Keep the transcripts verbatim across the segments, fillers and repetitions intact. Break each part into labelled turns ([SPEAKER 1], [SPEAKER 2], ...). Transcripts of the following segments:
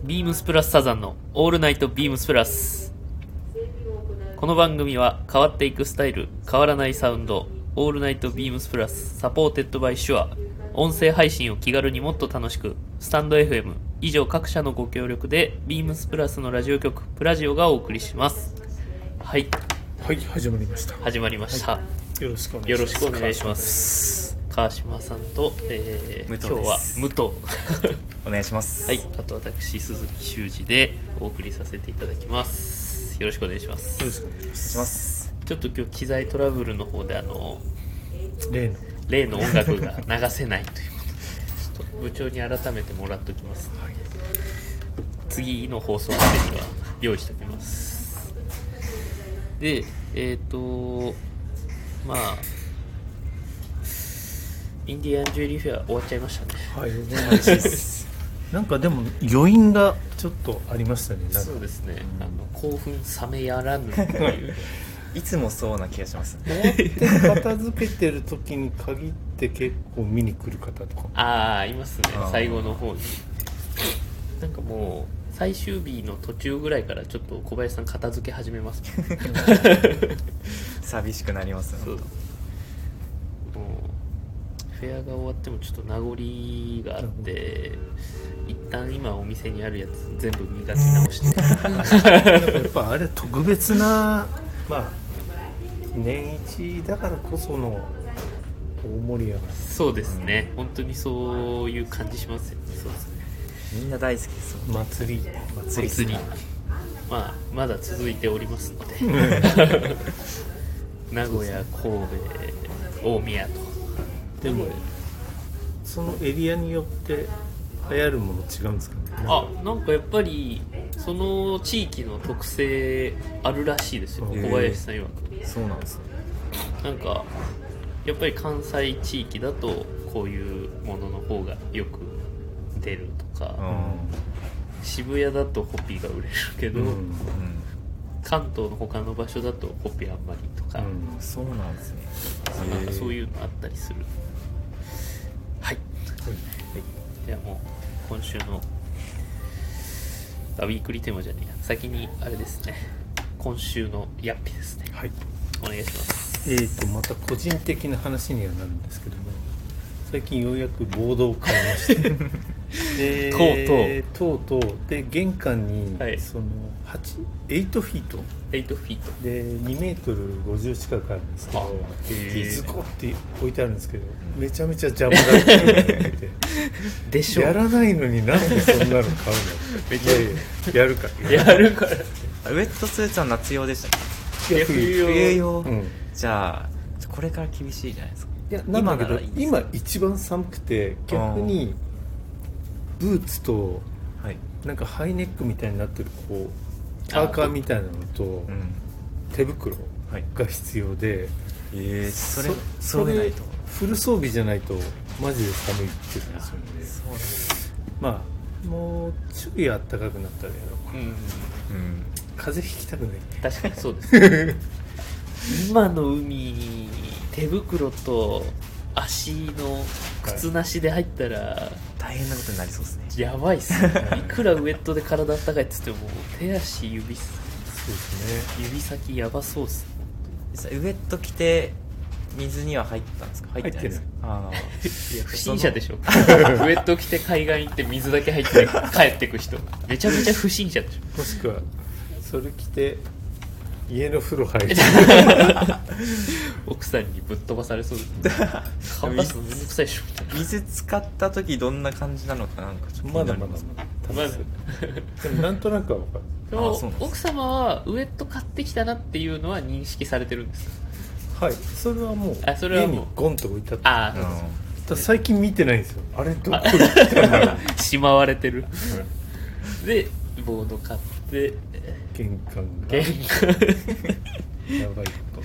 [SPEAKER 1] ビームスプラスサザンのオールナイトビームスプラス。この番組は変わっていくスタイル、変わらないサウンド、オールナイトビームスプラス、サポーテッドバイシュア。音声配信を気軽にもっと楽しく、スタンド エフエム 以上各社のご協力でビームスプラスのラジオ局プラジオがお送りします。はい
[SPEAKER 2] はい、始まりました。
[SPEAKER 1] 始まりました、はい、
[SPEAKER 2] よろしくお願いします。
[SPEAKER 1] よろしくお願いします。川島さんと、えー、今日は武藤
[SPEAKER 3] お願いします。
[SPEAKER 1] はい、あと私鈴木修二でお送りさせていただきます。よろしくお願いします。
[SPEAKER 2] よろしくお願いします。
[SPEAKER 1] ちょっと今日機材トラブルの方であの
[SPEAKER 2] 例の
[SPEAKER 1] 例の音楽が流せないということでちょっと部長に改めてもらっときます、はい、次の放送までには用意しておきます。でえっ、ー、とまあインディアンジュエリーフェア終わっちゃいましたね。
[SPEAKER 2] はい、嬉しいですなんかでも余韻がちょっとありましたね。なんか
[SPEAKER 1] そうですね、うん、あの興奮冷めやらぬという
[SPEAKER 3] いつもそうな気がします。
[SPEAKER 2] 終わって片付けてる時に限って結構見に来る方とか
[SPEAKER 1] ああいますね。最後の方になんかもう最終日の途中ぐらいからちょっと小林さん片付け始めますもん
[SPEAKER 3] 寂しくなりますね。
[SPEAKER 1] そうもうフェアが終わってもちょっと名残があって一旦今お店にあるやつ全部磨き直して
[SPEAKER 2] やっぱあれ特別なまあ年一だからこその大盛り上がり。
[SPEAKER 1] そうですね、うん、本当にそういう感じしますよね。そうですね、
[SPEAKER 3] みんな大好きです。
[SPEAKER 2] 祭り
[SPEAKER 1] 祭り、祭りまあまだ続いておりますので名古屋、神戸、大宮と。
[SPEAKER 2] でもそのエリアによって流行るもの違うんですかね。
[SPEAKER 1] あ、なんかやっぱりその地域の特性あるらしいですよ、小林さん曰く。
[SPEAKER 3] そうなんですね。
[SPEAKER 1] なんかやっぱり関西地域だとこういうものの方がよく出るとか、うん、渋谷だとホピーが売れるけど、うんうん、関東の他の場所だとホピーあんまりとか、うん、
[SPEAKER 3] そうなんですね。
[SPEAKER 1] なんかそういうのあったりする。はい、はい、ではもう今週のウィークリーテーマじゃねえや、先にあれですね、今週のヤッピですね。はい、お願いします。
[SPEAKER 2] えーとまた個人的な話にはなるんですけども、最近ようやくボードを買いましてでとうとうとうで玄関に、はい、そのはち、はちフィート
[SPEAKER 1] はちフィート
[SPEAKER 2] でにメートルごじゅう近くあるんですけど、ズコって置いてあるんですけど、めちゃめちゃ邪魔だって言って
[SPEAKER 1] でしょ、
[SPEAKER 2] やらないのになんでそんなの買うのめちゃやるか
[SPEAKER 1] やるから
[SPEAKER 3] ウェットスーツは夏用でしたっ
[SPEAKER 1] け？いや冬用、
[SPEAKER 3] 冬用、うん、じゃあこれから厳しいじゃないですか。
[SPEAKER 2] いやなんだけど 今, 今一番寒くて逆にブーツとなんかハイネックみたいになってるこうパーカーみたいなのと手袋が必要で、
[SPEAKER 3] えー、それそれないと
[SPEAKER 2] フル装備じゃないとマジで寒いって言うんですよね。そうです。まあもうちょい暖かくなったらやろうかな、うんうん、風邪ひきたくない。
[SPEAKER 1] 確かにそうです今の海手袋と足の靴なしで入ったら、はい、
[SPEAKER 3] 大変なことになりそうですね。
[SPEAKER 1] やばいっすねいくらウェットで体あったかいっつっても手足指、そうですね、指先やばそうっす。
[SPEAKER 3] ウェット着て水には入ったんですか？入ってないですか？あ
[SPEAKER 1] いや不審者でしょウェット着て海岸行って水だけ入って帰ってく人めちゃめちゃ不審者でしょ。
[SPEAKER 2] もしくはそれ着て家の風呂入る
[SPEAKER 1] 奥さんにぶっ飛ばされそうです顔出すのめんどくさいでしょ。
[SPEAKER 3] 水使った時どんな感じなのかなんかちょっと
[SPEAKER 2] まだまだまだでもなんとなくは分かる。
[SPEAKER 1] でも奥様はウェット買ってきたなっていうのは認識されてるんですか？
[SPEAKER 2] はい、それはもう
[SPEAKER 1] あそれはもう
[SPEAKER 2] 家にゴンと置いてあって、
[SPEAKER 1] あ
[SPEAKER 2] あ最近見てないんですよ。あれどこに行ったんだろう
[SPEAKER 1] しまわれてるでボード買って
[SPEAKER 2] 玄関が
[SPEAKER 1] 玄関
[SPEAKER 2] やばいこと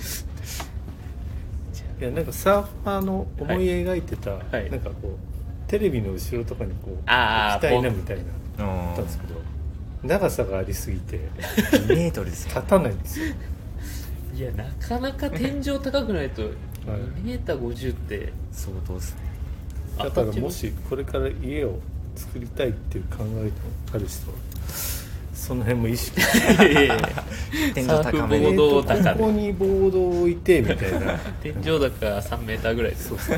[SPEAKER 2] いやなんかサーファーの思い描いてた、はい、なんかこうテレビの後ろとかにこう置きたいなみたいなあったんですけど、長さがありすぎて
[SPEAKER 3] にメートルです
[SPEAKER 2] 立たないんですよ。
[SPEAKER 1] いやなかなか天井高くないとにメーターごじゅうって
[SPEAKER 3] 相当ですね。
[SPEAKER 2] だからもしこれから家を作りたいっていう考えのある人はその辺も意識して
[SPEAKER 3] 天井高め
[SPEAKER 1] サーフボード高め、
[SPEAKER 2] ここにボードを置いてみたいな
[SPEAKER 1] 天井高さんメーターぐらいです。
[SPEAKER 2] そうですね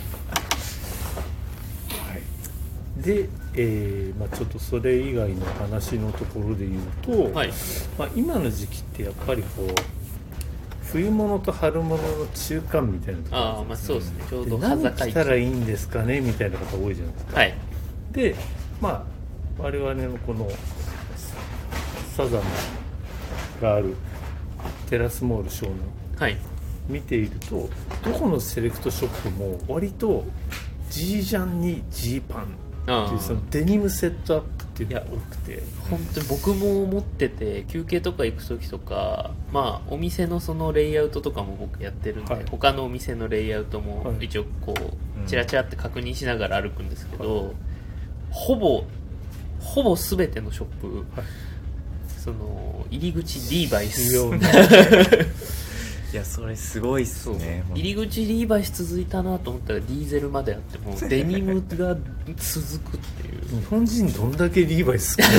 [SPEAKER 2] で、えーまあ、ちょっとそれ以外の話のところで言うと、
[SPEAKER 1] はい
[SPEAKER 2] まあ、今の時期ってやっぱりこう冬物と春物の中間みたいなところ、
[SPEAKER 1] ああまあそうですね、ちょう
[SPEAKER 2] で
[SPEAKER 1] ど端境
[SPEAKER 2] 何着たらいいんですかねみたいな方多いじゃないですか。
[SPEAKER 1] はい
[SPEAKER 2] でまあ我々のこのサザンがあるテラスモール湘南
[SPEAKER 1] はい
[SPEAKER 2] 見ているとどこのセレクトショップも割とジージャンにジーパンっていうそのデニムセットアップっていうのが多くて、
[SPEAKER 1] 本当に僕も思ってて、休憩とか行く時とか、まあお店のそのレイアウトとかも僕やってるんで、
[SPEAKER 2] はい
[SPEAKER 1] 他のお店のレイアウトも
[SPEAKER 2] はい
[SPEAKER 1] 一応こ
[SPEAKER 3] う
[SPEAKER 1] うんチラチラって確認しながら歩くんですけど、
[SPEAKER 2] はい
[SPEAKER 1] ほぼほぼ全てのショップ、
[SPEAKER 2] はい
[SPEAKER 1] その入り口リーバイス
[SPEAKER 2] ような
[SPEAKER 3] いやそれすごいっす
[SPEAKER 1] そう
[SPEAKER 3] ね。
[SPEAKER 1] 入り口リーバイス続いたなと思ったらディーゼルまであってもデニムが続くっていう
[SPEAKER 2] 日本人どんだけリーバイス好き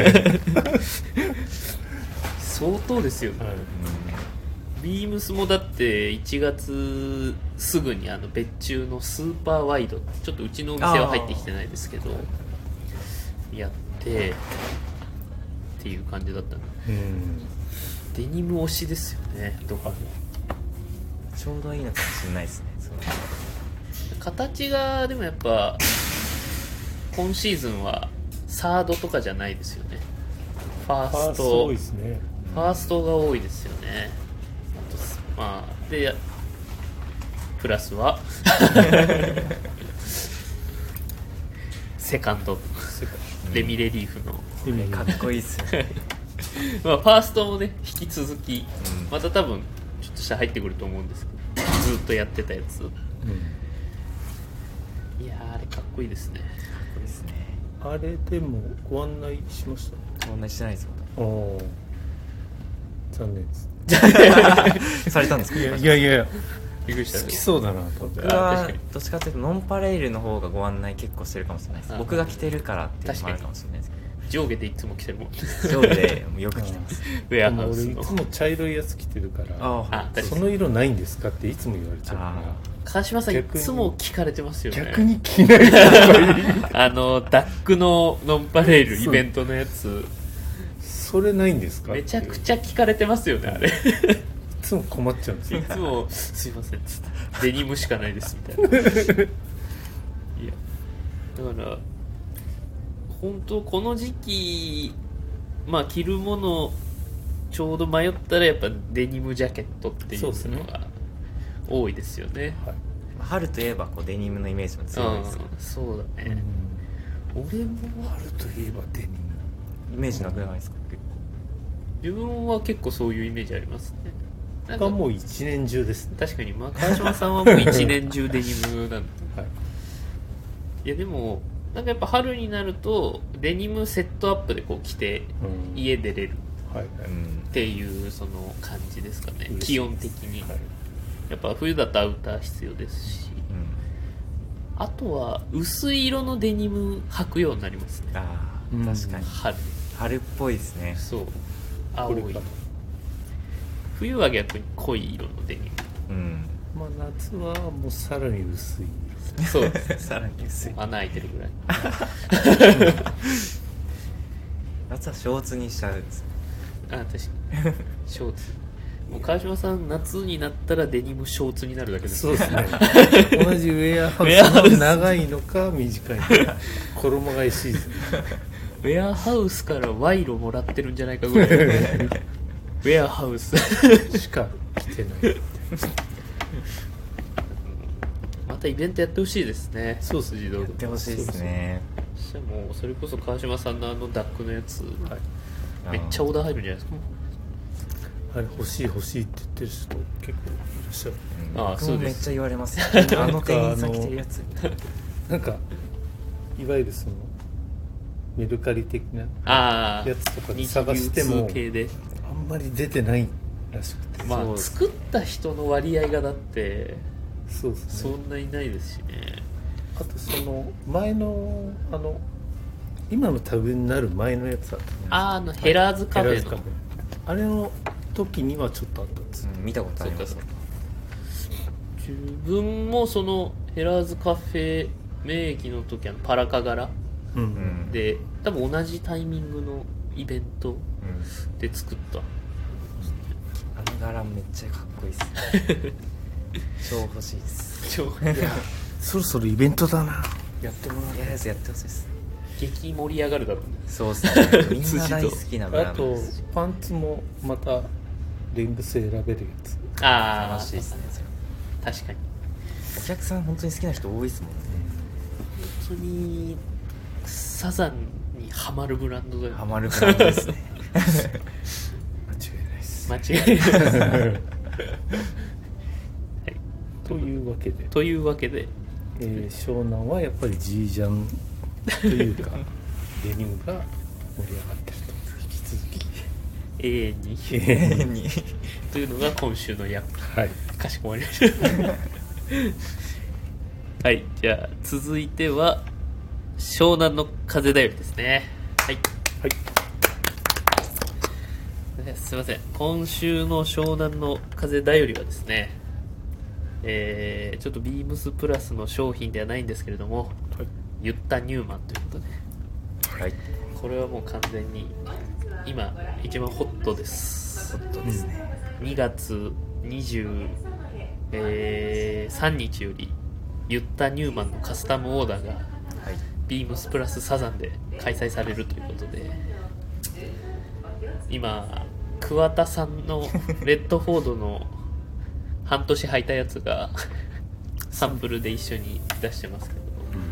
[SPEAKER 1] 相当ですよね、
[SPEAKER 2] なの、はい
[SPEAKER 1] ビームスもだっていちがつすぐにあの別注のスーパーワイド、ちょっとうちのお店は入ってきてないですけどやってっていう感じだったので、
[SPEAKER 2] うん
[SPEAKER 1] デニム推しですよね、どこも。
[SPEAKER 3] ちょうどいいのかもしれないですね。そう
[SPEAKER 1] 形がでもやっぱ今シーズンはサードとかじゃないですよね。ファ
[SPEAKER 2] ファースト
[SPEAKER 1] ースト
[SPEAKER 2] 多いですね。
[SPEAKER 1] ファーストが多いですよね。あとまあでプラスはセカンドレミレリーフの、
[SPEAKER 2] うん
[SPEAKER 3] かっこいいっすよね。
[SPEAKER 1] まあ、ファーストもね引き続き
[SPEAKER 3] うん
[SPEAKER 1] また多分ちょっとした入ってくると思うんですけど、ずっとやってたやつ、
[SPEAKER 2] うん
[SPEAKER 1] いやーあれかっこいいですね。
[SPEAKER 3] かっこいいっすね。
[SPEAKER 2] あれでもご案内しました
[SPEAKER 3] 同じしてないです
[SPEAKER 2] ああ残念です
[SPEAKER 3] されたんですか？
[SPEAKER 2] いやいやいや
[SPEAKER 1] びっくりした
[SPEAKER 2] 好きそうだなと思って
[SPEAKER 3] 僕は
[SPEAKER 1] あ確かに
[SPEAKER 3] どっちかというとノンパレールの方がご案内結構してるかもしれないです。
[SPEAKER 1] あ
[SPEAKER 3] 僕が着てるからっていうのもあるかもしれないです
[SPEAKER 1] 上下でいつも着てるもん
[SPEAKER 3] けど、上下でよく着てます。
[SPEAKER 1] ウェアハ
[SPEAKER 2] 俺
[SPEAKER 1] ウスの
[SPEAKER 2] いつも茶色いやつ着てるから
[SPEAKER 3] あ
[SPEAKER 1] あ確かに
[SPEAKER 2] その色ないんですかっていつも言われちゃうか
[SPEAKER 3] あ
[SPEAKER 1] 川島さんい
[SPEAKER 2] 逆に
[SPEAKER 1] つも聞かれてますよね。
[SPEAKER 2] ら逆に着ない方がいい
[SPEAKER 1] あのダックのノンパレールイベントのやつ
[SPEAKER 2] それないんですか
[SPEAKER 1] めちゃく
[SPEAKER 2] ゃ
[SPEAKER 1] ちゃ聞かれてますよねあれ。
[SPEAKER 2] いつも困っちゃうんですよ
[SPEAKER 1] いつもすいませんつってデニムしかないですみたいな。いやだから本当この時期まあ着るものちょうど迷ったらやっぱデニムジャケットっていう
[SPEAKER 2] そうですね
[SPEAKER 1] のが多いですよね。
[SPEAKER 2] はい
[SPEAKER 3] 春といえばこうデニムのイメージも強いですけど、
[SPEAKER 1] うんそうだね、俺も
[SPEAKER 2] 春といえばデニム
[SPEAKER 3] イメージなくないですか？結構
[SPEAKER 1] 自分は結構そういうイメージありますね。なんか
[SPEAKER 2] がもう一年中ですね
[SPEAKER 1] 確かに、まあ、川島さんはもう一年中デニムなんで
[SPEAKER 2] はい
[SPEAKER 1] いやでもなんかやっぱ春になるとデニムセットアップでこう着て
[SPEAKER 2] うん
[SPEAKER 1] 家出れる
[SPEAKER 2] はい
[SPEAKER 3] うん
[SPEAKER 1] っていうその感じですかね。
[SPEAKER 2] 嬉しい
[SPEAKER 1] 気温的に、
[SPEAKER 2] はい
[SPEAKER 1] やっぱ冬だとアウター必要ですし、
[SPEAKER 3] うん
[SPEAKER 1] あとは薄い色のデニム履くようになりますね。
[SPEAKER 3] あ
[SPEAKER 2] うん
[SPEAKER 3] あ確かに
[SPEAKER 1] 春
[SPEAKER 3] 春っぽいですね。
[SPEAKER 1] そう青い
[SPEAKER 2] これから
[SPEAKER 1] 冬は逆に濃い色のデニ
[SPEAKER 3] うん
[SPEAKER 2] まあ夏はもうさらに薄い
[SPEAKER 1] ムそうですね
[SPEAKER 3] さらに薄い。
[SPEAKER 1] 穴開いてるぐらい
[SPEAKER 3] 夏はショーツにしちゃうんです。
[SPEAKER 1] あ確かにショーツもう川島さん夏になったらデニムショーツになるだけです
[SPEAKER 2] そうですね同じウェアハ
[SPEAKER 1] ウェアハウス
[SPEAKER 2] ウスの長いのか短いのか衣替えシーズン
[SPEAKER 1] ウェアハウスから賄賂もらってるんじゃないかぐらいウェアハウス
[SPEAKER 2] しか着てない
[SPEAKER 1] またイベントやってほしいですね。
[SPEAKER 2] そうです
[SPEAKER 1] 自動
[SPEAKER 3] やってほしいですね。
[SPEAKER 1] そしたらもうそれこそ川島さんのあのダックのやつ、
[SPEAKER 2] はい
[SPEAKER 1] めっちゃオーダー入るんじゃないですか。
[SPEAKER 2] あれ欲しい欲しいって言ってる人結構いらっしゃる
[SPEAKER 3] うん
[SPEAKER 1] ああ
[SPEAKER 3] 僕
[SPEAKER 1] そうです
[SPEAKER 3] もめっちゃ言われますよ。あの店員さん着てるやつ。
[SPEAKER 2] なんかいわゆるそのメルカリ的な
[SPEAKER 1] ああ
[SPEAKER 2] やつとかで探しても
[SPEAKER 1] 二次流通系で
[SPEAKER 2] あんまり出てないらしくて
[SPEAKER 1] まあ
[SPEAKER 3] そうです
[SPEAKER 1] 作った人の割合がだって
[SPEAKER 2] そうです
[SPEAKER 1] そ
[SPEAKER 2] ね
[SPEAKER 1] んないないですしね。
[SPEAKER 2] あとその前のあの今のタグになる前のやつだったね。
[SPEAKER 1] ああのヘラーズカフェの、
[SPEAKER 2] はい、あれの時にはちょっとあったんです、
[SPEAKER 3] うん、見たことあります。
[SPEAKER 1] 自分もそのヘラーズカフェ名義の時はパラカ柄、うん、で多分同じタイミングのイベントで作った、うん、
[SPEAKER 3] あの柄めっちゃかっこいいっす超欲しいです超
[SPEAKER 2] いやそろそろイベントだな、やってもらう。
[SPEAKER 3] いややってほしいです。
[SPEAKER 1] 激盛り上がるだろうね。
[SPEAKER 3] そうっすねみんな大好きなブランドです。
[SPEAKER 2] あとパンツもまたレングス選べるやつ、
[SPEAKER 1] ああ
[SPEAKER 3] 楽しいですね。
[SPEAKER 1] 確かに
[SPEAKER 3] お客さん本当に好きな人多いですもんね。
[SPEAKER 1] 本当にサザンにハマるブランドだよね。
[SPEAKER 3] ハマるブランドですね
[SPEAKER 2] 間違いないです
[SPEAKER 1] 間違いないです、はい、
[SPEAKER 2] というわけで
[SPEAKER 1] というわけで、
[SPEAKER 2] えー、湘南はやっぱり G ジャンというかデニムが盛り上がってると、引き続き
[SPEAKER 1] 永遠に
[SPEAKER 3] 永遠に
[SPEAKER 1] というのが今週のやっ
[SPEAKER 2] ぱ、はい、
[SPEAKER 1] かしこまりましたはい、じゃあ続いては湘南の風だよりですね。はい、はい、すいません、今週の湘南の風だよりはですね、えー、ちょっとビームスプラスの商品ではないんですけれども、はい、ユッタ・ニューマンということで、はい、これはもう完全に今一番ホットです。
[SPEAKER 3] ホットですね。
[SPEAKER 1] にがつにじゅうさんにちよりユッタ・ニューマンのカスタムオーダーが、はい、ビームスプラスサザンで開催されるということで、今桑田さんのレッドフォードの半年履いたやつがサンプルで一緒に出してますけど、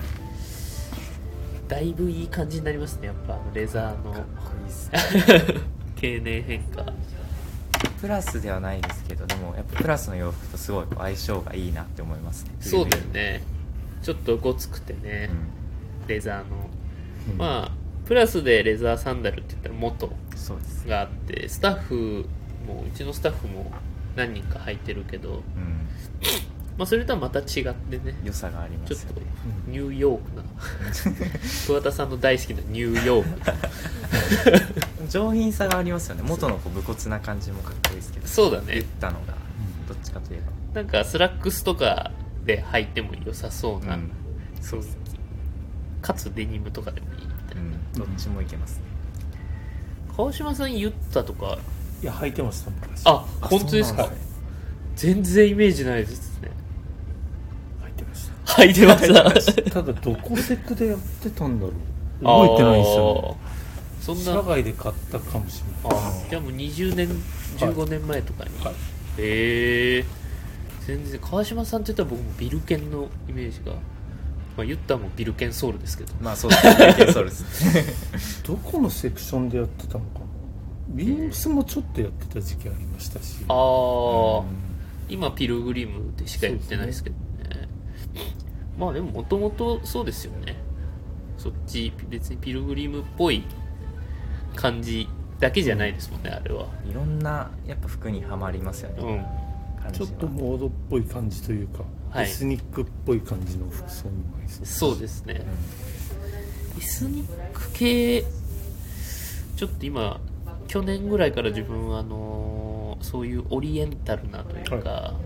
[SPEAKER 1] だいぶいい感じになりますね。やっぱあのレザーのかっこいいっすね経年変化
[SPEAKER 3] プラスではないですけど、でもやっぱプラスの洋服とすごい相性がいいなって思いますね。
[SPEAKER 1] そうだよね、ちょっとごつくてね、うん、レザーの、うん、まあプラスでレザーサンダルって言ったら元があって、スタッフもうちのスタッフも何人か履いてるけど、うん、まあそれとはまた違ってね、
[SPEAKER 3] 良さがありますよね。
[SPEAKER 1] ちょっとニューヨークな桑田さんの大好きなニューヨー
[SPEAKER 3] ク上品さがありますよね。元のこう武骨な感じもかっこいいですけど、
[SPEAKER 1] そうだね、
[SPEAKER 3] 言ったのがどっちかといえ
[SPEAKER 1] ばなんかスラックスとかで履いても良さそうな、うん、
[SPEAKER 3] そうですね、
[SPEAKER 1] かつデニムとかでもいいみたいな、うん、
[SPEAKER 3] どっちもいけますね。
[SPEAKER 1] 川島さん言ったとか、
[SPEAKER 2] いや履いてました昔。
[SPEAKER 1] あ、本当ですか。全然イメージないですね。
[SPEAKER 2] 履いてました。
[SPEAKER 1] 履いてました
[SPEAKER 2] ただどこセクでやってたんだろう、覚えてないんですよ、ね、
[SPEAKER 1] そんな
[SPEAKER 2] 社外で買ったかもしれない。
[SPEAKER 1] あ、じゃあもうにじゅうねんじゅうごねんまえとかに、はいはい、へえ。全然川島さんって言ったら僕もビルケンのイメージが、まあ、言ったらもうビルケンソウルですけど、
[SPEAKER 3] まあそうですね、ビルケンソウルです
[SPEAKER 2] どこのセクションでやってたのかな。ビームスもちょっとやってた時期ありましたし、
[SPEAKER 1] ああ、うん、今ピルグリムでしかやってないですけど ね, ねまあでももともとそうですよね。そっち別にピルグリムっぽい感じだけじゃないですもんね、あれは。
[SPEAKER 3] いろんなやっぱ服にはまりますよね、
[SPEAKER 2] うん、ちょっとモードっぽい感じというか、はい、エスニックっぽい感じの服装にも合いそうです。
[SPEAKER 1] そうですね、うん、エスニック系ちょっと今去年ぐらいから自分はあのー、そういうオリエンタルなというか、はい、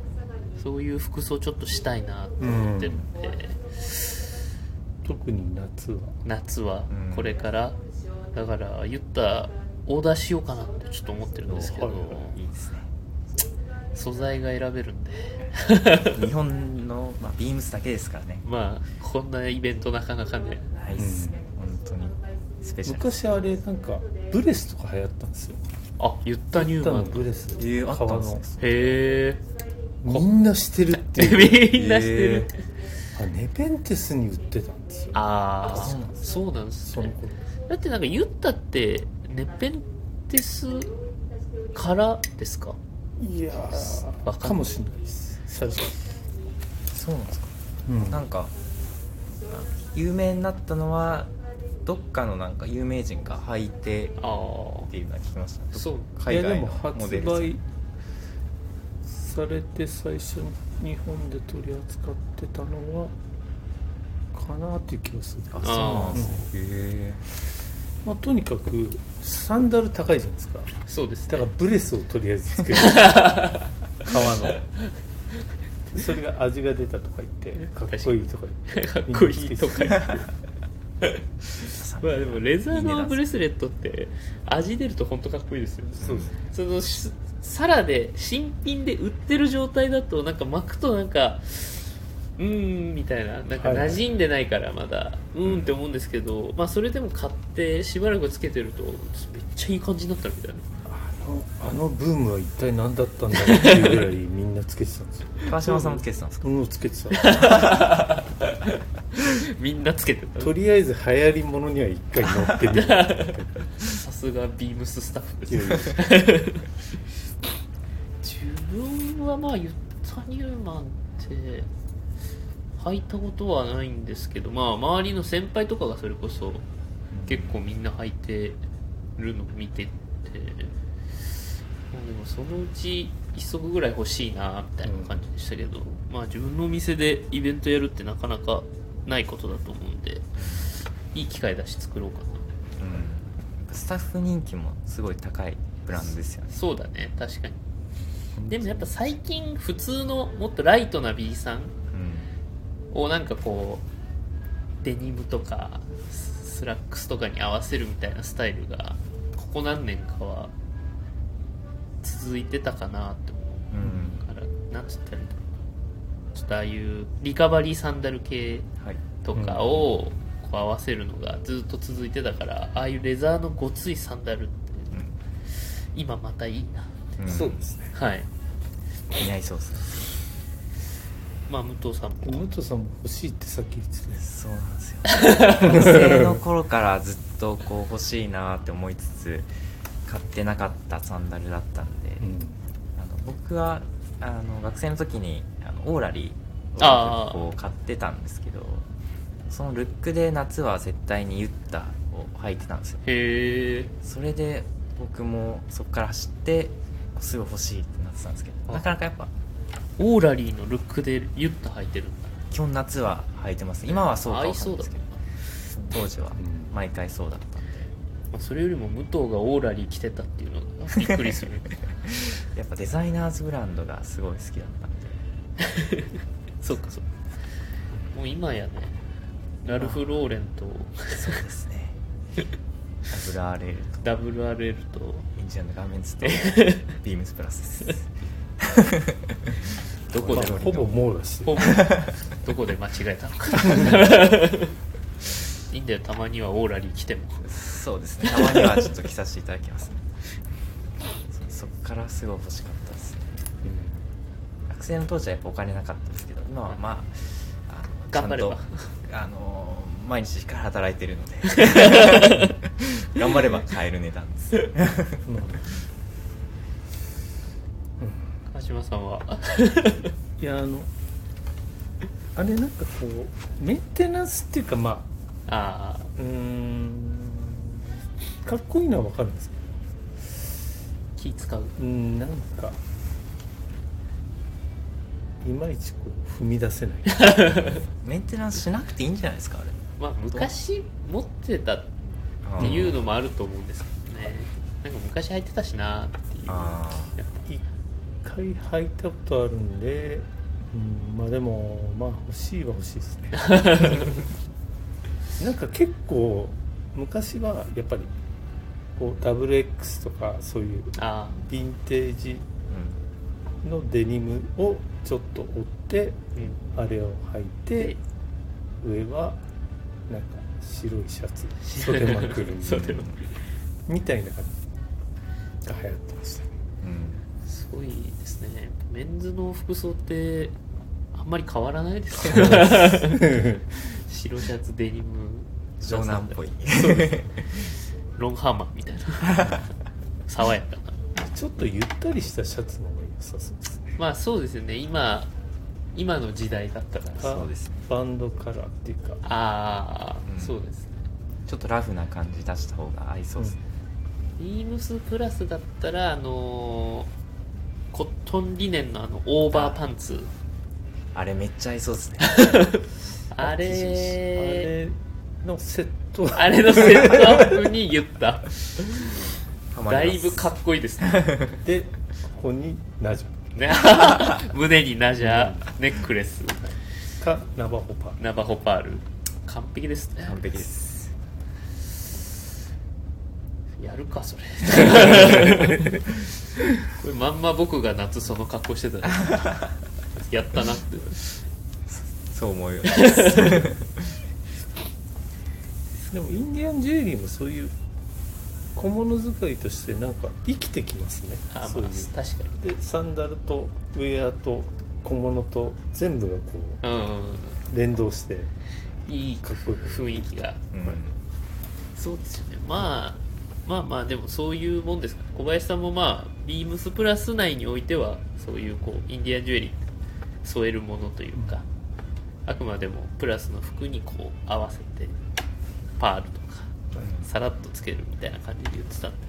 [SPEAKER 1] そういう服装ちょっとしたいなと思ってるんで、うん、
[SPEAKER 2] 特に夏は
[SPEAKER 1] 夏はこれから、うん、だから言ったオーダーしようかなってちょっと思ってるんですけど、はい、
[SPEAKER 3] いいですね。
[SPEAKER 1] 素材が選べるんで
[SPEAKER 3] 日本の、まあ、ビームスだけですからね。
[SPEAKER 1] まあこんなイベントなかなかね
[SPEAKER 3] ないっすね、うん、本当にスペシャル。
[SPEAKER 2] 昔あれなんかブレスとか流行ったんですよ。
[SPEAKER 1] あ、言ったニューマン
[SPEAKER 2] ブレス、
[SPEAKER 3] えー、あったんですね。
[SPEAKER 1] へ
[SPEAKER 2] ー、みんなしてるってい
[SPEAKER 1] うみんなしてる、
[SPEAKER 2] えー、あ、ネペンテスに売ってたんですよ。
[SPEAKER 1] ああ、そうなんですね。だってなんか言ったってネペンテスからですか。
[SPEAKER 2] いやーかもしれないです、最初。
[SPEAKER 3] そうなんですか、うん、なんか有名になったのはどっかのなんか有名人が履いてっていうのは聞きました。
[SPEAKER 1] そう、
[SPEAKER 2] 海外のモデル。いやでも発売されて最初に日本で取り扱ってたのはかなっていう気がする。
[SPEAKER 3] あ、そうなんですね、うん、へ
[SPEAKER 2] まあ、とにかくサンダル高いじゃないですか。
[SPEAKER 1] そうです、ね、
[SPEAKER 2] だからブレスをとりあえずつける革のそれが味が出たとか言ってかっこいいとか言って
[SPEAKER 1] かっこいいとか言ってまあでもレザーのブレスレットって味出ると本当かっこいいですよね。
[SPEAKER 2] そうです。
[SPEAKER 1] そのサラで新品で売ってる状態だとなんか巻くとなんかうーんみたいななんか馴染んでないからまだ、はい、うーんって思うんですけど、まあそれでも買ってしばらくつけてるとめっちゃいい感じになったみたいな。
[SPEAKER 2] あのブームは一体何だったんだろうっていうぐらいみんなつけてたんですよ。
[SPEAKER 3] 川島さんもつけてたんですか？
[SPEAKER 2] うん、つけてた
[SPEAKER 1] みんなつけてた。
[SPEAKER 2] とりあえず流行りものには一回乗ってみる
[SPEAKER 1] さすがビームススタッフです自分はまあユッタニューマンって履いたことはないんですけど、まあ周りの先輩とかがそれこそ結構みんな履いてるのを見てて、でもそのうち一足ぐらい欲しいなみたいな感じでしたけど、うん、まあ自分のお店でイベントやるってなかなかないことだと思うんでいい機会だし作ろうかな、
[SPEAKER 3] うん、スタッフ人気もすごい高いブランドですよね。
[SPEAKER 1] そうだね、確かに。でもやっぱ最近普通のもっとライトな B さんをなんかこうデニムとかスラックスとかに合わせるみたいなスタイルがここ何年かは続いてたかなって思うから、うん、なんつったらいいんだろう、ちょっとああいうリカバリーサンダル系とかをこう合わせるのがずっと続いてたから、ああいうレザーのごついサンダルって今またいいなって、
[SPEAKER 2] うん、そうですね、
[SPEAKER 1] はい、
[SPEAKER 3] 似合いそうですね。
[SPEAKER 1] まあ武藤さんも
[SPEAKER 2] 武藤さんも欲しいってさっき言ってたね。
[SPEAKER 3] そうなんですよ学生の頃からずっとこう欲しいなって思いつつ買ってなかったサンダルだったんで、うん、あの僕はあの学生の時にあのオーラリーをこう買ってたんですけど、そのルックで夏は絶対にユッタを履いてたんですよ。
[SPEAKER 1] へー。
[SPEAKER 3] それで僕もそこから走ってすぐ欲しいってなってたんですけど、なかなかやっぱ
[SPEAKER 1] オーラリーのルックでユッタ履いてるんだ。
[SPEAKER 3] 基本夏は履いてます。今はそうかわかんないですけど、当時は毎回そうだったんで、
[SPEAKER 1] まあ、それよりも武藤がオーラリー着てたっていうのがびっくりする
[SPEAKER 3] やっぱデザイナーズブランドがすごい好きだったんで
[SPEAKER 1] そっかそっか。もう今やねラルフ・ローレンと、ま
[SPEAKER 3] あ、そうですねダブルアールエル と
[SPEAKER 1] ダブルアールエル と
[SPEAKER 3] インジアンのガーメンツとビームスプラスです
[SPEAKER 1] どこで、まあ、
[SPEAKER 2] ほぼ網羅して
[SPEAKER 1] ほぼどこで間違えたのかいいんだよ、たまにはオーラリー来ても。
[SPEAKER 3] そうですね、たまにはちょっと着させていただきます、ね、そ, そっからすごい欲しかったですね、うん、学生の当時はやっぱお金なかったですけど、今はまあ、あの
[SPEAKER 1] 頑張れば
[SPEAKER 3] あの毎日から働いてるので頑張れば買える値段です、うん、
[SPEAKER 1] 川島さんはい
[SPEAKER 2] や、あのあれなんかこうメンテナンスっていうか、まああうーんかっこいいのは分かるんです
[SPEAKER 1] けど、気使う、
[SPEAKER 2] うんなんかいまいちこう踏み出せない
[SPEAKER 3] メンテナンスしなくていいんじゃないですか、あれ。
[SPEAKER 1] まあ昔持ってたっていうのもあると思うんですけどね、なんか昔履いてたしなっていう。あ
[SPEAKER 2] 一回履いたことあるんで、うん、まあでもまあ欲しいは欲しいですねなんか結構昔はやっぱりこう ダブリューエックス とかそういうヴィンテージのデニムをちょっと折って、うん、あれを履いて、上はなんか白いシャツ袖まくるみたいな感じが流行ってましたね、
[SPEAKER 1] うん、すごいですね。メンズの服装ってあんまり変わらないですよね白シャツデニム
[SPEAKER 3] 湘南っぽい
[SPEAKER 1] ロンハーマンみたいな爽やかな
[SPEAKER 2] ちょっとゆったりしたシャツの方が良さそうですね。
[SPEAKER 1] まあそうですよね、今今の時代だったから。
[SPEAKER 3] そうですね、
[SPEAKER 2] バンドカラーっていうか、
[SPEAKER 1] ああ、うん、そうですね、
[SPEAKER 3] ちょっとラフな感じ出した方が合いそうですね、
[SPEAKER 1] うん、ビームスプラスだったらあのー、コットンリネンのあのオーバーパンツ、
[SPEAKER 3] あ, あれめっちゃ合いそうですね
[SPEAKER 1] あれ
[SPEAKER 2] あれのセット
[SPEAKER 1] あれのセットアップに言っただいぶかっこいいですね
[SPEAKER 2] でここにナジ
[SPEAKER 1] ャ胸にナジャネックレス
[SPEAKER 2] かナバホパール
[SPEAKER 1] ナバホパール完璧ですね。
[SPEAKER 3] 完璧です。
[SPEAKER 1] やるかそれこれまんま僕が夏その格好してたらやったなって
[SPEAKER 3] そう思うよ
[SPEAKER 2] でもインディアンジュエリーもそういう小物使いとしてなんか生きてきますね。
[SPEAKER 1] あ、
[SPEAKER 2] そういう、
[SPEAKER 1] まあ、確か
[SPEAKER 2] にでサンダルとウェアと小物と全部がこう、
[SPEAKER 1] うん、
[SPEAKER 2] 連動して
[SPEAKER 1] いい
[SPEAKER 2] かっこいい
[SPEAKER 1] 雰囲気が、
[SPEAKER 3] うん、
[SPEAKER 1] そうですよね。まあまあまあでもそういうもんですか。小林さんもまあビームスプラス内においてはそういうこうインディアンジュエリー添えるものというか、あくまでもプラスの服にこう合わせてパールとかさらっとつけるみたいな感じで言ってたんで、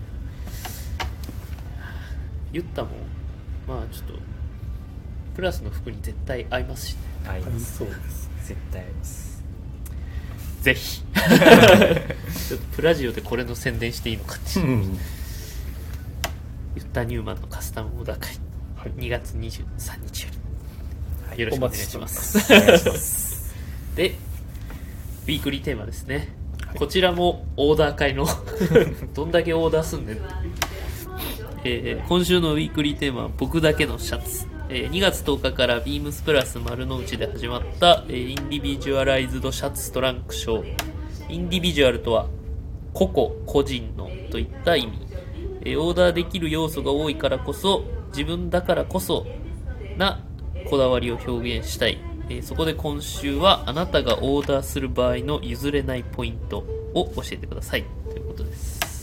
[SPEAKER 1] 言ったもんまあちょっとプラスの服に絶対合いますしね。
[SPEAKER 3] 合います。
[SPEAKER 2] そうです。
[SPEAKER 3] 絶対合います。
[SPEAKER 1] ぜひちょっとプラジオでこれの宣伝していいのかっていう、うん、ユッタ・ニューマンのカスタムオーダー会、はい、にがつにじゅうさんにちより、はい、よろしくお願いしますお願いしますでウィークリーテーマですね、はい、こちらもオーダー会のどんだけオーダーすんねん、えー、今週のウィークリーテーマは僕だけのシャツ。にがつとおかからビームスプラス丸の内で始まったインディビジュアライズドシャツトランクショー。インディビジュアルとは個々個人のといった意味。オーダーできる要素が多いからこそ自分だからこそなこだわりを表現したい。そこで今週はあなたがオーダーする場合の譲れないポイントを教えてくださいということです、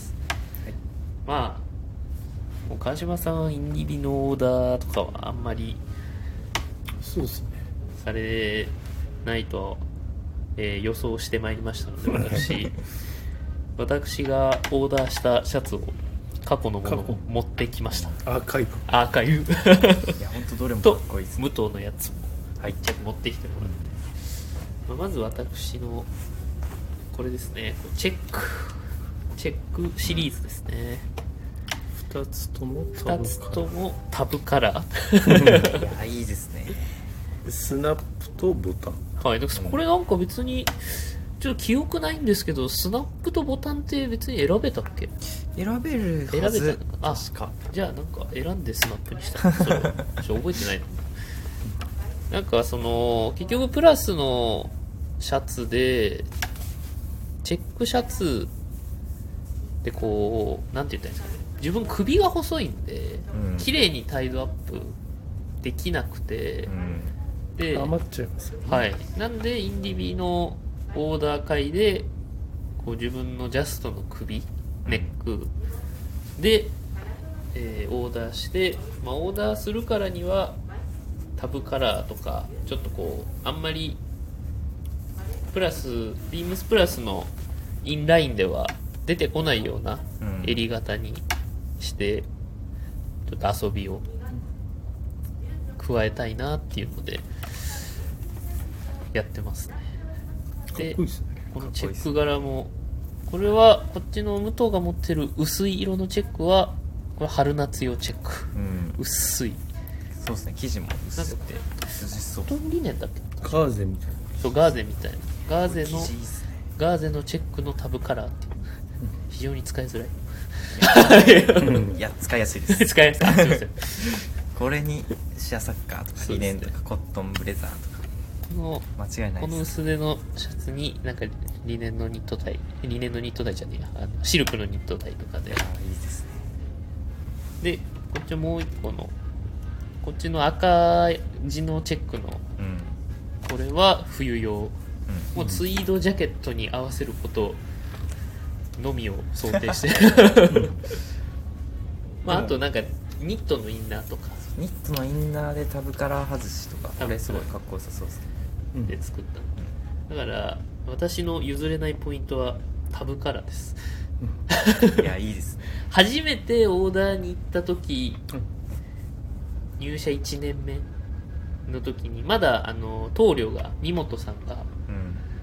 [SPEAKER 1] はい、まあ川島さんはインディビのオーダーとかはあんまり
[SPEAKER 2] そうですね
[SPEAKER 1] されないと、えー、予想してまいりましたので私私がオーダーしたシャツを過去のものを持ってきました。
[SPEAKER 2] アーカイブ
[SPEAKER 1] アーカイブ
[SPEAKER 3] いや本当どれもかっこいいです、
[SPEAKER 1] ね、武藤のやつも入っちゃ持ってきてもらって、まあ、まず私のこれですね、チェックチェックシリーズですね。
[SPEAKER 2] ふたつとも
[SPEAKER 1] ふたつともタブカラー
[SPEAKER 3] いやいいですね。
[SPEAKER 2] スナップとボタン、
[SPEAKER 1] はい、これなんか別にちょっと記憶ないんですけど、スナップとボタンって別に選べたっけ？
[SPEAKER 3] 選べる
[SPEAKER 1] 選
[SPEAKER 3] はず。
[SPEAKER 1] べたあ
[SPEAKER 3] 確か。
[SPEAKER 1] じゃあなんか選んでスナップにしたそれちょっと覚えてないなんかその結局プラスのシャツでチェックシャツでこうなんて言ったらいいんですかね、自分首が細いんで、うん、綺麗にタイドアップできなくて、うん、で
[SPEAKER 2] 余っちゃいますよね。
[SPEAKER 1] はい、なんでインディビのオーダー会でこう自分のジャストの首ネックで、えー、オーダーして、まあ、オーダーするからにはタブカラーとかちょっとこうあんまりプラスビームスプラスのインラインでは出てこないような襟型にしてちょっと遊びを加えたいなっていうのでやってますね。で
[SPEAKER 2] かっこいいですね。
[SPEAKER 1] このチェック柄もこれはこっちの武藤が持ってる薄い色のチェックはこれ春夏用チェック、うん、薄い。
[SPEAKER 3] そうですね、生地も薄くて涼しそう。
[SPEAKER 1] コットンリネンだっけ？
[SPEAKER 2] ガーゼみたいな。
[SPEAKER 1] そうガーゼみたいなガーゼのガーゼのチェックのタブカラーっていう非常に使いづらい
[SPEAKER 3] いや使いやすいです
[SPEAKER 1] 使いやすい。すいません
[SPEAKER 3] これにシアサッカーとかリネンとかコットンブレザーとか
[SPEAKER 1] この
[SPEAKER 3] 間違いないです。
[SPEAKER 1] この薄手のシャツになんかリネンのニットタイリネンのニットタイじゃねえやあのシルクのニットタイとかで、
[SPEAKER 3] あいいですね。
[SPEAKER 1] でこっちもう一個のこっちの赤地のチェックの、うん、これは冬用、うん、もうツイードジャケットに合わせることのみを想定してまああとなんかニットのインナーとか
[SPEAKER 3] ニットのインナーでタブカラー外しとかこれすごいかっこよさそうですね、
[SPEAKER 1] うん、で作った、うん、だから私の譲れないポイントはタブカラーです
[SPEAKER 3] いやいいですね。
[SPEAKER 1] 初めてオーダーに行った時、うん入社いちねんめの時にまだあの棟梁が三本さんが、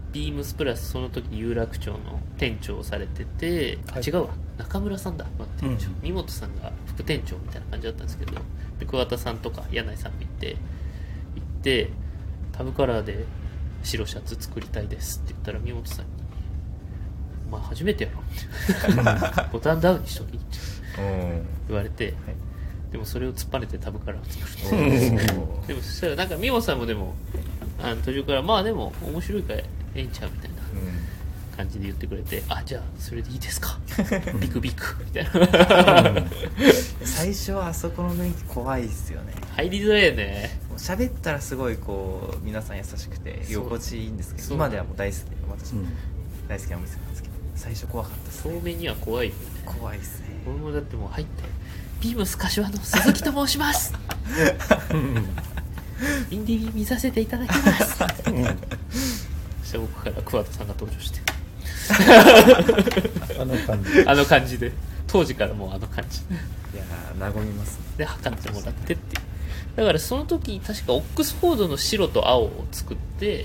[SPEAKER 1] ビームスプラスその時有楽町の店長をされてて、はい、違うわ中村さんだ、まあ、店長、うん、三本さんが副店長みたいな感じだったんですけど、で桑田さんとか柳井さんも行って行ってタブカラーで白シャツ作りたいですって言ったら三本さんにまあ初めてやろってボタンダウンにしときって言われて、はい、でもそれを突っぱねてタブカラーを作るでもそしたらなんか三本さんもでもあの途中からまあでも面白いからええんちゃうみたいな感じで言ってくれて、あじゃあそれでいいですかビクビクみたいな
[SPEAKER 3] 最初はあそこの雰囲気怖いですよね。
[SPEAKER 1] 入りづらいよね。
[SPEAKER 3] 喋ったらすごいこう皆さん優しくて居心地いいんですけど、今ではもう大好きで私も大好きなお店なんですけど、最初怖かったですね。
[SPEAKER 1] 遠目には怖いよね。
[SPEAKER 3] 怖いですね。
[SPEAKER 1] 俺もだってもう入ってビームス柏の鈴木と申しますインディー見させていただきますそして僕から桑田さんが登場して
[SPEAKER 2] あの感じ
[SPEAKER 1] あの感じで当時からもうあの感じ
[SPEAKER 3] いやー和みますね。
[SPEAKER 1] で測ってもらってっていう。だからその時確かオックスフォードの白と青を作って、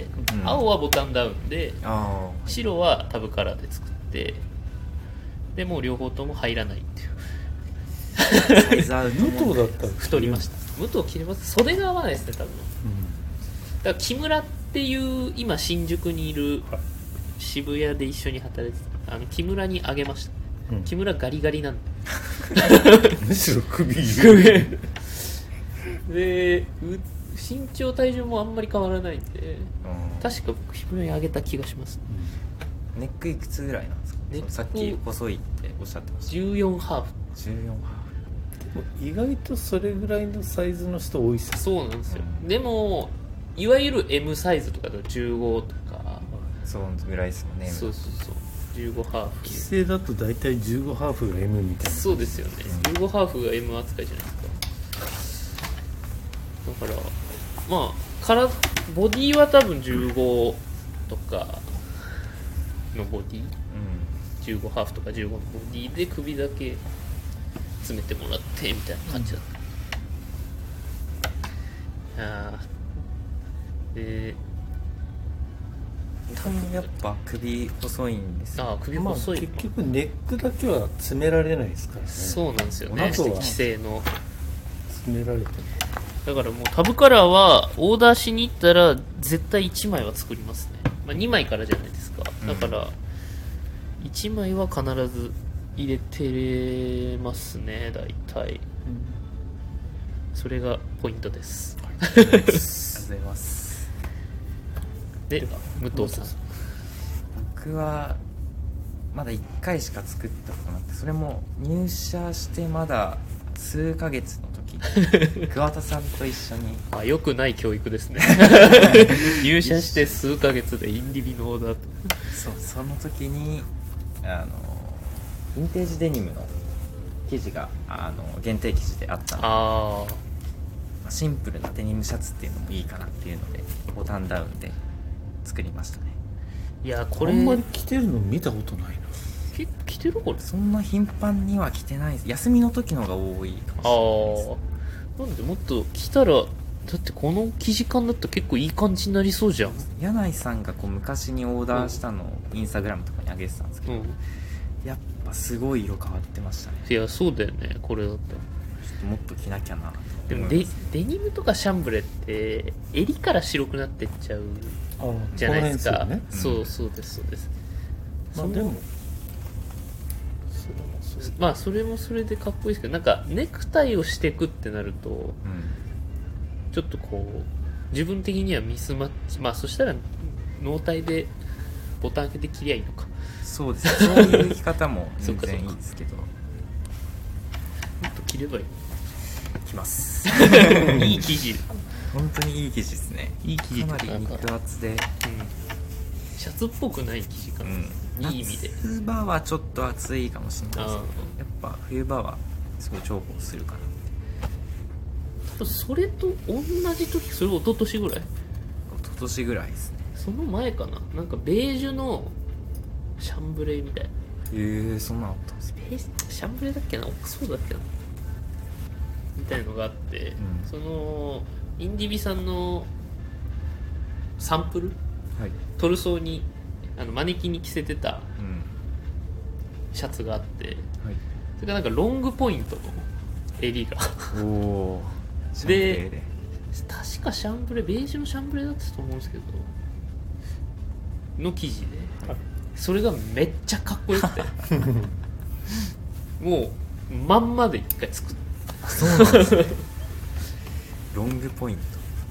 [SPEAKER 1] うん、青はボタンダウンで白はタブカラーで作ってでもう両方とも入らないっていう
[SPEAKER 3] サイズアウト
[SPEAKER 2] 武藤だったら
[SPEAKER 1] 太りました。武藤切れます。袖が合わないですね多分、うん、だから木村っていう今新宿にいる渋谷で一緒に働いてたあの木村にあげました、うん、木村ガリガリなんで
[SPEAKER 2] むしろ首
[SPEAKER 1] で身長体重もあんまり変わらないんで、うん、確か僕木村にあげた気がします、
[SPEAKER 3] うん、ネックいくつぐらいなんですか。さっき細いっておっしゃってました。
[SPEAKER 1] じゅうよんハーフ。
[SPEAKER 3] じゅうよんハ
[SPEAKER 2] ーフ。意外とそれぐらいのサイズの人多いっすよ。
[SPEAKER 1] そうなんですよ、うん、でもいわゆる エム サイズとかだとじゅうごとか
[SPEAKER 3] そうぐらいですもんね。
[SPEAKER 1] そうそうそうじゅうごハーフ。
[SPEAKER 2] 規制だと大体じゅうごハーフが エム みたいな。
[SPEAKER 1] そうですよね、うん、じゅうごハーフが エム 扱いじゃないですか。だからまあからボディは多分じゅうごとかのボディ、うん、じゅうごハーフとかじゅうごのボディで首だけ詰めてもらってみたいな感じだった、うん、あで
[SPEAKER 3] 多分やっぱ首細いんですよ。
[SPEAKER 1] あ首細い、
[SPEAKER 2] まあ、結局ネックだけは詰められないですからね。
[SPEAKER 1] そうなんですよね。規制の
[SPEAKER 2] 詰められてる。
[SPEAKER 1] だからもうタブカラーはオーダーしに行ったら絶対いちまいは作りますね、まあ、にまいからじゃないですか。だからいちまいは必ず入れてますね大体、うん、それがポイントです。
[SPEAKER 3] ありがとうございます
[SPEAKER 1] で武藤さん。
[SPEAKER 3] 僕はまだいっかいしか作ったことなくて、それも入社してまだ数ヶ月の時桑田さんと一緒に
[SPEAKER 1] あ良くない教育ですね入社して数ヶ月でインディビのオーダーと
[SPEAKER 3] そうその時にあのヴィンテージデニムの生地があの限定生地であったので、あシンプルなデニムシャツっていうのもいいかなっていうのでボタンダウンで作りましたね。
[SPEAKER 1] いやこれ
[SPEAKER 2] あんまり着てるの見たことないな。
[SPEAKER 1] 着てるこれ
[SPEAKER 3] そんな頻繁には着てないです。休みの時の方が多いかもしれないです。
[SPEAKER 1] あなんでもっと着たらだってこの生地感だったら結構いい感じになりそうじゃん。
[SPEAKER 3] 柳井さんがこう昔にオーダーしたのをインスタグラムとかに上げてたんですけど、うん、やっぱすごい色変わってましたね。
[SPEAKER 1] いやそうだよねこれだったら
[SPEAKER 3] ちょっともっと着なきゃな。
[SPEAKER 1] でも デ, デニムとかシャンブレって襟から白くなってっちゃうじゃないですか。
[SPEAKER 2] ね、
[SPEAKER 1] そうそうですそうです、
[SPEAKER 2] まあ、でも
[SPEAKER 1] まあそれもそれでかっこいいですけど、なんかネクタイをしていくってなると、うん、ちょっとこう自分的にはミスマッチ。まあそしたら納体でボタン開けて切りゃいいのか。
[SPEAKER 3] そうですそういう生き方も全然いいですけども
[SPEAKER 1] っと切ればいい。
[SPEAKER 3] きます
[SPEAKER 1] いい生地
[SPEAKER 3] 本当にいい生地ですね。
[SPEAKER 1] いい生地
[SPEAKER 3] かなり肉厚で、うん、
[SPEAKER 1] シャツっぽくない生地かな、うん、いい意味で。
[SPEAKER 3] 夏場はちょっと暑いかもしれないですけど、やっぱ冬場はすごい重宝するかなって。
[SPEAKER 1] それと同じ時、それ一昨年ぐらい
[SPEAKER 3] 一昨年ぐらいですね。
[SPEAKER 1] その前かな、なんかベージュのシャンブレーみたいな。へ
[SPEAKER 3] えー、そんなのあったんですか。
[SPEAKER 1] シャンブレーだっけな、オックスフォードだっけなみたいのがあって、うん、そのインディビさんのサンプル、はい、トルソーにあのマネキンに着せてたシャツがあって、うん、はい、それがなんかロングポイントの襟がおで確かシャンブレベージュのシャンブレだったと思うんですけどの生地で、それがめっちゃかっこよくてもうまんまで一回作った
[SPEAKER 3] そうなんですねロングポイン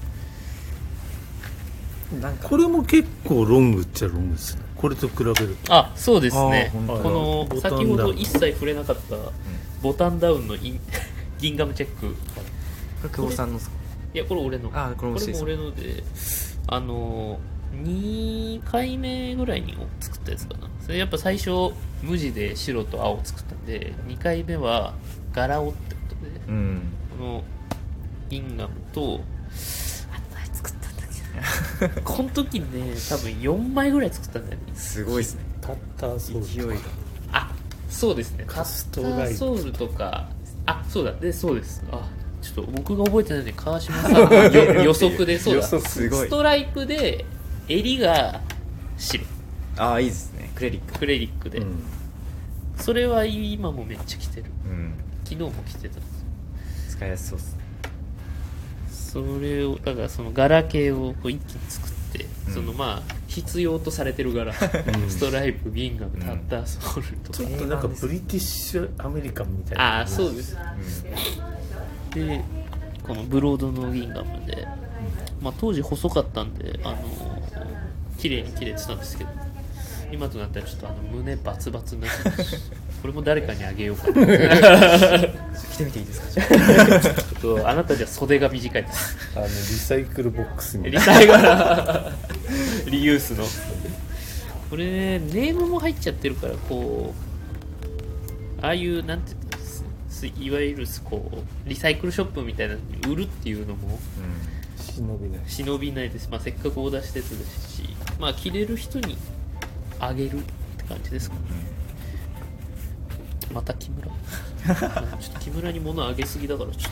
[SPEAKER 3] トなんか
[SPEAKER 2] これも結構ロングっちゃロングですね、これと比べると。
[SPEAKER 1] あ、そうですね、この先ほど一切触れなかったボタンダウンのインギンガムチェック、こ
[SPEAKER 3] れ久保さんのですか？
[SPEAKER 1] いやこれ俺の、
[SPEAKER 3] あこれも
[SPEAKER 1] これも俺ので、あのにかいめぐらいに作ったやつかな。それやっぱ最初無地で白と青作ったんで、にかいめは柄をってことで、うん、このギンガムとあれ作ったんだけどこの時ね多分よんまいぐらい作ったんだよね。
[SPEAKER 3] すごいですね。
[SPEAKER 2] タッターソウル、
[SPEAKER 1] 勢いが、あ、そうですね、カスターソウルとか、あ、そうだ、で、そうです、あ、ちょっと僕が覚えてないので川島さん予測で、そうだ、すごいストライプで襟が白、
[SPEAKER 3] ああいいですね、クレリック
[SPEAKER 1] クレリックで、うん、それは今もめっちゃ着てる、うん、昨日も着てたんですよ。
[SPEAKER 3] 使いやすそうですね。
[SPEAKER 1] それをだからその柄系をこう一気に作って、うん、そのまあ必要とされてる柄、うん、ストライプ、ギンガム、タッターソウルとか、
[SPEAKER 2] ちょっとなんかブリティッシュアメリカンみたいな。
[SPEAKER 1] ああそうです、うん、でこのブロードのギンガムで、まあ、当時細かったんであの綺麗に切れてたんですけど、今となったらちょっとあの胸バツバツになってますしこれも誰かにあげようかな着
[SPEAKER 3] てみていいですか？
[SPEAKER 1] ちょっとあなたじゃ袖が短いです。
[SPEAKER 2] あのリサイクルボックスに
[SPEAKER 1] リサイクルリユースのこれ、ね、ネームも入っちゃってるから、こうああいうなんていうんですいわゆるこうリサイクルショップみたいなのに売るっていうのも、
[SPEAKER 2] うん、忍びない
[SPEAKER 1] 忍びないです。まあ、せっかくオーダーしてたですし、まあ、着れる人にあげるって感じですかね、うん、また木村ちょっと木村に物あげすぎだからちょっ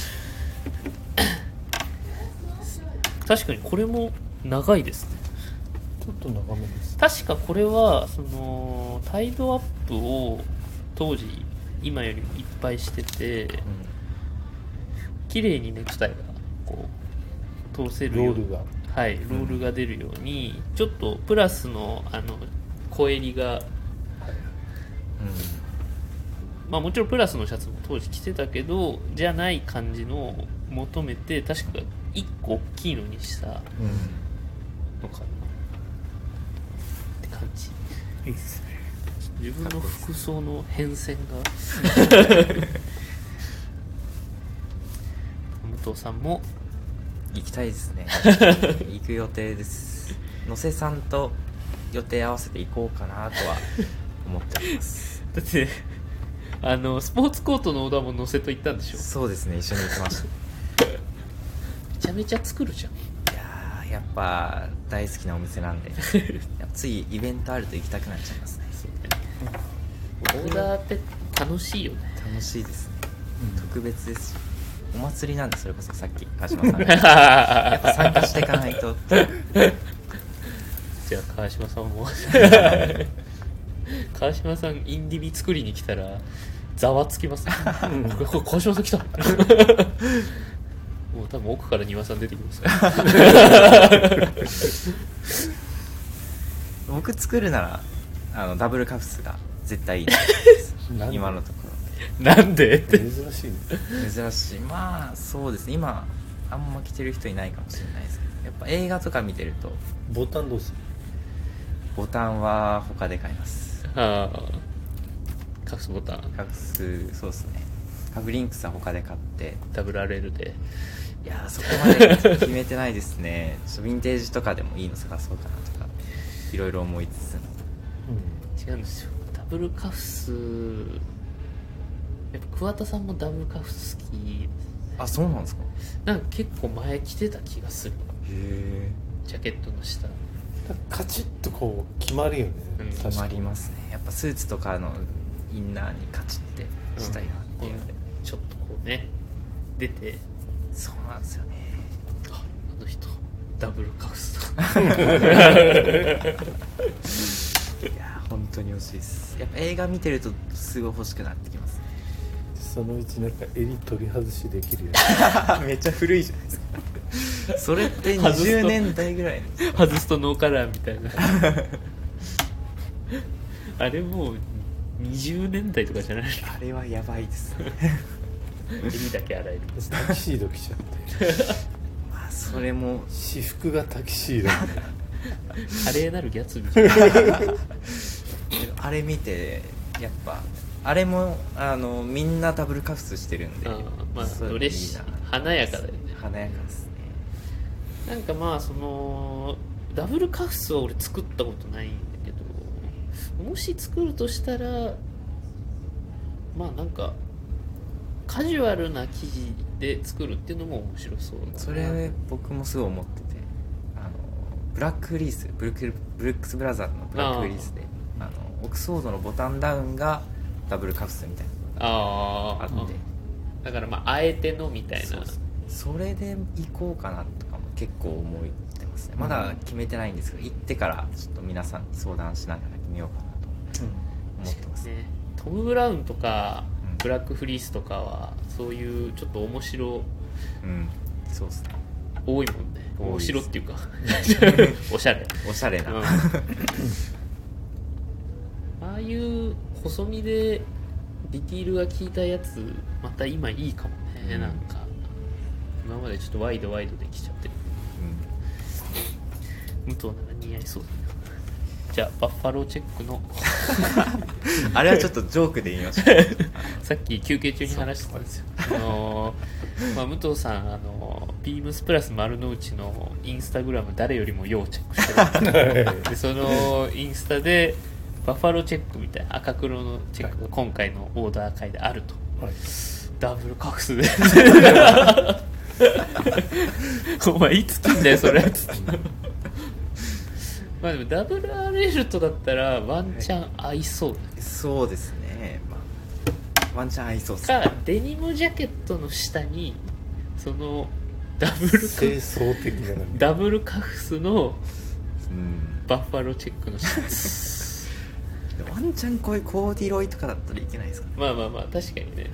[SPEAKER 1] と確かにこれも長いですね。
[SPEAKER 2] ちょっと長めです。
[SPEAKER 1] 確かこれはそのタイドアップを当時今よりいっぱいしてて、うん、綺麗にネクタイがこう通せるように、
[SPEAKER 2] ロールが
[SPEAKER 1] はい、ロールが出るように、うん、ちょっとプラスのあの小襟が、はい、うん、まあもちろんプラスのシャツも当時着てたけどじゃない感じのを求めて、確かいっこ大きいのにしたのかな、うん、って感じ。
[SPEAKER 2] いいっすね。
[SPEAKER 1] 自分の服装の変遷が武藤さんも
[SPEAKER 3] 行きたいですね行く予定です。野瀬さんと予定合わせて行こうかなとは思っております
[SPEAKER 1] だってあのスポーツコートのオーダーも野瀬と行ったんでしょ？
[SPEAKER 3] そうですね、一緒に行きましため
[SPEAKER 1] ちゃめちゃ作るじゃん。い
[SPEAKER 3] やーやっぱ大好きなお店なんでついイベントあると行きたくなっちゃいますね。
[SPEAKER 1] オーダーって楽しいよね。
[SPEAKER 3] 楽しいですね、うん、特別ですし、お祭りなんで、それこそさっき川島さんがやっぱ参加していかないと
[SPEAKER 1] じゃあ川島さんも川島さんインディビ作りに来たらざわつきますね川島さん来たもう多分奥から庭さん出てきます
[SPEAKER 3] 僕作るならあのダブルカフスが絶対いいです今のとこ
[SPEAKER 1] ろ。なんで
[SPEAKER 2] 珍しいね。
[SPEAKER 3] 珍しい。まあそうですね、今あんま着てる人いないかもしれないですけど、やっぱ映画とか見てると。
[SPEAKER 2] ボタンどうする？
[SPEAKER 3] ボタンは他で買います。
[SPEAKER 1] ああ、カフスボタン
[SPEAKER 3] カフス、そうですね、カフリンクスは他で買って、
[SPEAKER 1] ダブル アールエル で。
[SPEAKER 3] いやそこまで決めてないですねちょっとヴィンテージとかでもいいの探そうかなとかいろいろ思いつつも、
[SPEAKER 1] うん、違うんですよ。ダブルカフス、やっぱ桑田さんもダブルカフス好き。
[SPEAKER 3] あ、そうなんですか。
[SPEAKER 1] なんか結構前着てた気がする。
[SPEAKER 3] へ
[SPEAKER 1] ー、ジャケットの下
[SPEAKER 2] カチッとこう決まるよね、
[SPEAKER 3] うん、決まりますね。やっぱスーツとかのインナーにカチッてしたいなっていう、うん、
[SPEAKER 1] ちょっとこうね出て。
[SPEAKER 3] そうなんですよね。
[SPEAKER 1] あ、あの人ダブルカフスだ
[SPEAKER 3] 当に欲しいです。やっぱ映画見てるとすごい欲しくなってきますね。
[SPEAKER 2] そのうちなんか襟取り外しできるよ
[SPEAKER 3] めっちゃ古いじゃないですかそれってにじゅうねんだいぐらい
[SPEAKER 1] 外すとノーカラーみたいなあれもうにじゅうねんだいとかじゃない？
[SPEAKER 3] あれはやばいですね
[SPEAKER 1] 襟だけ洗える
[SPEAKER 2] タキシード着ちゃって
[SPEAKER 3] まあそれも
[SPEAKER 2] 私服がタキシード
[SPEAKER 1] 華麗なるギャツビー
[SPEAKER 3] あれ見てやっぱあれもあのみんなダブルカフスしてるんで、
[SPEAKER 1] あまあ嬉しい、華やかだよね。
[SPEAKER 3] 華やかですね。
[SPEAKER 1] なんかまあそのダブルカフスは俺作ったことないんだけど、もし作るとしたらまあなんかカジュアルな生地で作るっていうのも面白そうだな。
[SPEAKER 3] それ僕もすごい思ってて、あのブラックリースブルックブルックスブラザーズのブラックリースであのオックスフォードのボタンダウンがダブルカフスみたいなのがあって、
[SPEAKER 1] だからまああえてのみたいな、
[SPEAKER 3] そう、それで行こうかなとかも結構思ってますね。まだ決めてないんですけど、行ってからちょっと皆さんに相談しながら決めようかなと思ってます、
[SPEAKER 1] ね、トム・ブラウンとかブラックフリースとかはそういうちょっと面白、
[SPEAKER 3] うん、そうですね、
[SPEAKER 1] 多いもんね。面白っていうかおしゃれ
[SPEAKER 3] おしゃれな、うん、あ
[SPEAKER 1] あいう細身でディティールが効いたやつまた今いいかもね、うん、なんか今までちょっとワイドワイドできちゃってる、うん、武藤なら似合いそうだな。じゃあバッファローチェックの
[SPEAKER 3] あれはちょっとジョークで言いました
[SPEAKER 1] さっき休憩中に話してたんですよ。あのーまあ、武藤さん、あのー、ビームスプラス丸の内のインスタグラム誰よりも要チェックしてるでそのインスタでバッファローチェックみたいな赤黒のチェックが今回のオーダー会であると、はい、ダブルカフスでお前いつ来んだよそれまあでもダブルアールエル とだったらワンチャン合いそうだけど、
[SPEAKER 3] そうですね、まあ、ワンチャン合いそうです
[SPEAKER 1] ね。かデニムジャケットの下にそのダブルカ
[SPEAKER 2] 清掃的な
[SPEAKER 1] ダブルカフスのバッファローチェックのシャツ
[SPEAKER 3] ワンチャンこういうコーディロイとかだったらいけないですかね。
[SPEAKER 1] まあまあまあ確かにね、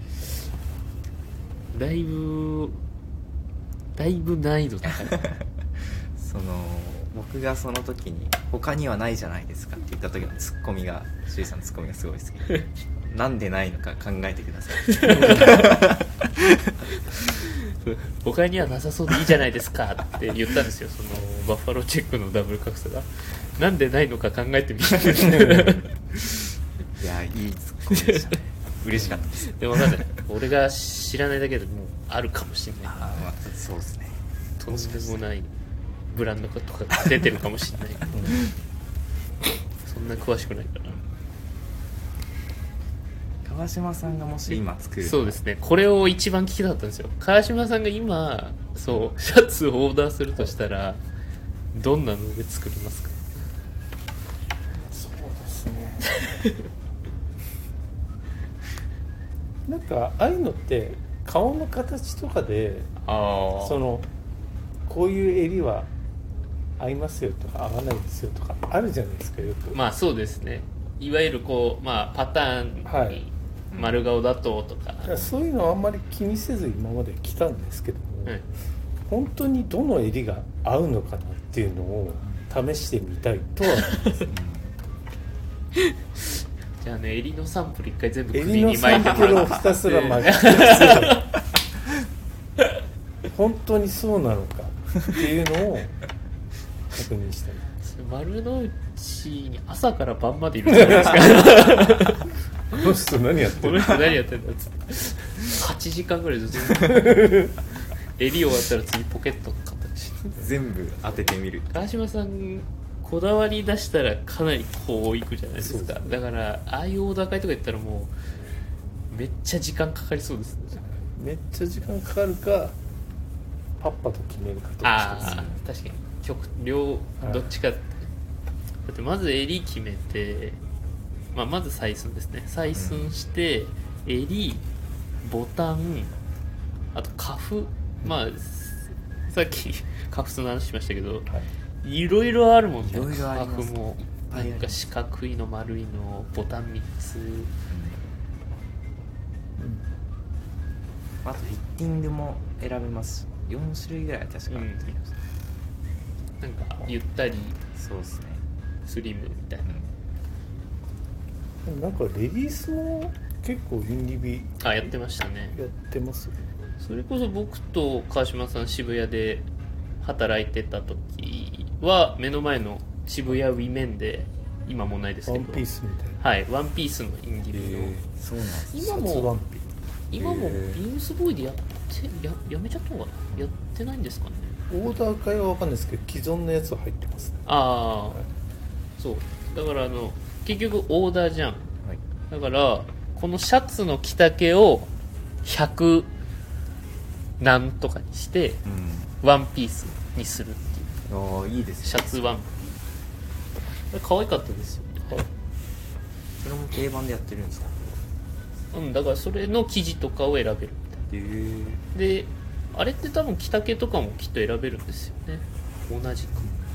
[SPEAKER 1] だいぶだいぶ難易度高い
[SPEAKER 3] その僕がその時に他にはないじゃないですかって言った時のツッコミがシュウさんのツッコミがすごい好きでなんでないのか考えてください
[SPEAKER 1] 他にはなさそうでいいじゃないですかって言ったんですよ。そのバッファローチェックのダブルカフスがなんでないのか考えてみて
[SPEAKER 3] いやいいツッコミでしたね嬉しかったです。
[SPEAKER 1] でも分かんない俺が知らないだけでもうあるかもしれない。
[SPEAKER 3] あ、まあ、そうですね、
[SPEAKER 1] とんでもないブランドとか出てるかもしれない、うん、そんな詳しくないから。
[SPEAKER 3] 川島さんがもし今作る、
[SPEAKER 1] そうですね、これを一番聞きたかったんですよ。川島さんが今そうシャツをオーダーするとしたらどんなので作りますか？
[SPEAKER 2] そうですねなんかああいうのって顔の形とかで、あそのこういう襟は合いますよとか合わないですよとかあるじゃないですか、よく。
[SPEAKER 1] まあそうですね、いわゆるこう、まあ、パターンに、はい、丸顔だととか、
[SPEAKER 2] そういうのはあんまり気にせず今まで来たんですけども、うん、本当にどの襟が合うのかなっていうのを試してみたいとは思います
[SPEAKER 1] じゃあね、襟のサンプル一回全部首に巻いてもらって、襟のサンプルをひ
[SPEAKER 2] たすら巻き本当にそうなのかっていうのを確認したい。
[SPEAKER 1] 丸の内に朝から晩までいるじゃないですか
[SPEAKER 2] この人何やって
[SPEAKER 1] んだこの人何やってんだっつってはちじかんぐらいずっと襟終わったら次ポケットの形
[SPEAKER 3] 全部当ててみる。
[SPEAKER 1] 川島さんこだわり出したらかなりこういくじゃないですか。だからああいうオーダー会とか言ったらもうめっちゃ時間かかりそうですね。
[SPEAKER 2] めっちゃ時間かかるかパッパと決めるかとか。
[SPEAKER 1] ああ確かに極両どっちか、はい、だってまず襟決めて、まあ、まず採寸ですね。採寸して、うん、襟ボタンあとカフ、まあさっきカフスの話しましたけど、はい、いろいろあるもんね。
[SPEAKER 3] いろいろあります。
[SPEAKER 1] カフも
[SPEAKER 3] いっぱいある。
[SPEAKER 1] なんか四角いの丸いのボタンみっつ、うん、
[SPEAKER 3] あとフィッティングも選べますしよん種類ぐらい確かあって、
[SPEAKER 1] うん、なんかゆったり
[SPEAKER 3] そうですね
[SPEAKER 1] スリムみたいな、
[SPEAKER 2] うん、なんかレディースも結構インディビ
[SPEAKER 1] あやってましたね。
[SPEAKER 2] やってますよね。
[SPEAKER 1] それこそ僕と川島さん渋谷で働いてた時は目の前の渋谷ウィメンで今もないですけど
[SPEAKER 2] ワンピースみたいな、
[SPEAKER 1] はい、ワンピースのインディビの、
[SPEAKER 3] そうなんです
[SPEAKER 1] 今
[SPEAKER 2] シャツワ
[SPEAKER 1] も
[SPEAKER 2] ンピ
[SPEAKER 1] 今もビームスボーイでやってややめちゃったのかな、やってないんですかね。
[SPEAKER 2] オーダー会は分かんないですけど既存のやつは入ってますね。
[SPEAKER 1] ああ、
[SPEAKER 2] はい、
[SPEAKER 1] そうだからあの結局オーダーじゃん、
[SPEAKER 3] はい、
[SPEAKER 1] だからこのシャツの着丈をひゃく何とかにして、うん、ワンピースにするっていう。
[SPEAKER 3] ああいいですね、
[SPEAKER 1] シャツワンピース可愛かったですよね、はい、
[SPEAKER 3] それも定番でやってるんですか。
[SPEAKER 1] うんだからそれの生地とかを選べるみたいな。であれって多分着丈とかもきっと選べるんですよね、同じく。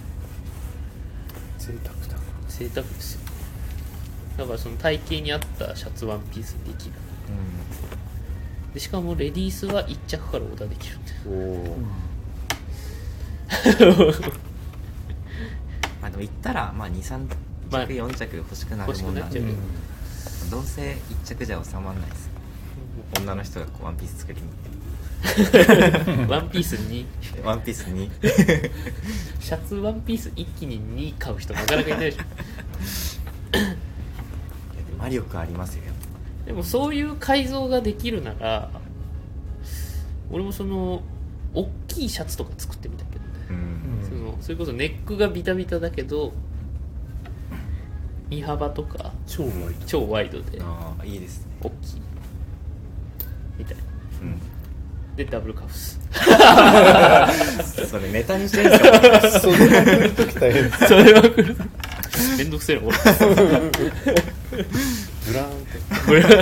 [SPEAKER 2] 贅沢だ
[SPEAKER 1] 贅沢ですよ。だからその体型に合ったシャツワンピースできる、うん、でしかもレディースはいっ着からオーダーできるんで。お
[SPEAKER 3] おまあでも言ったらまあにさん着よん着欲しくなるもんなんで、うん、どうせいっ着じゃ収まらないです、うん、女の人がこうワンピース作りに行って
[SPEAKER 1] ワンピースに
[SPEAKER 3] ワンピースに
[SPEAKER 1] シャツワンピース一気にに買う人なかなかいないでしょ
[SPEAKER 3] 魔力ありますよ。
[SPEAKER 1] でもそういう改造ができるなら俺もその大きいシャツとか作ってみたけどね、うん、そのそれこそネックがビタビタだけど身幅とか
[SPEAKER 2] 超ワイド
[SPEAKER 1] 超ワイドで
[SPEAKER 3] あいいですね、
[SPEAKER 1] 大きいみたいな、うんでダブルカフス
[SPEAKER 3] それネタにしてるんですか。
[SPEAKER 2] それは来るとき大変。
[SPEAKER 1] それは来るめんどくせえな俺
[SPEAKER 2] ブラーンって
[SPEAKER 1] ブラーン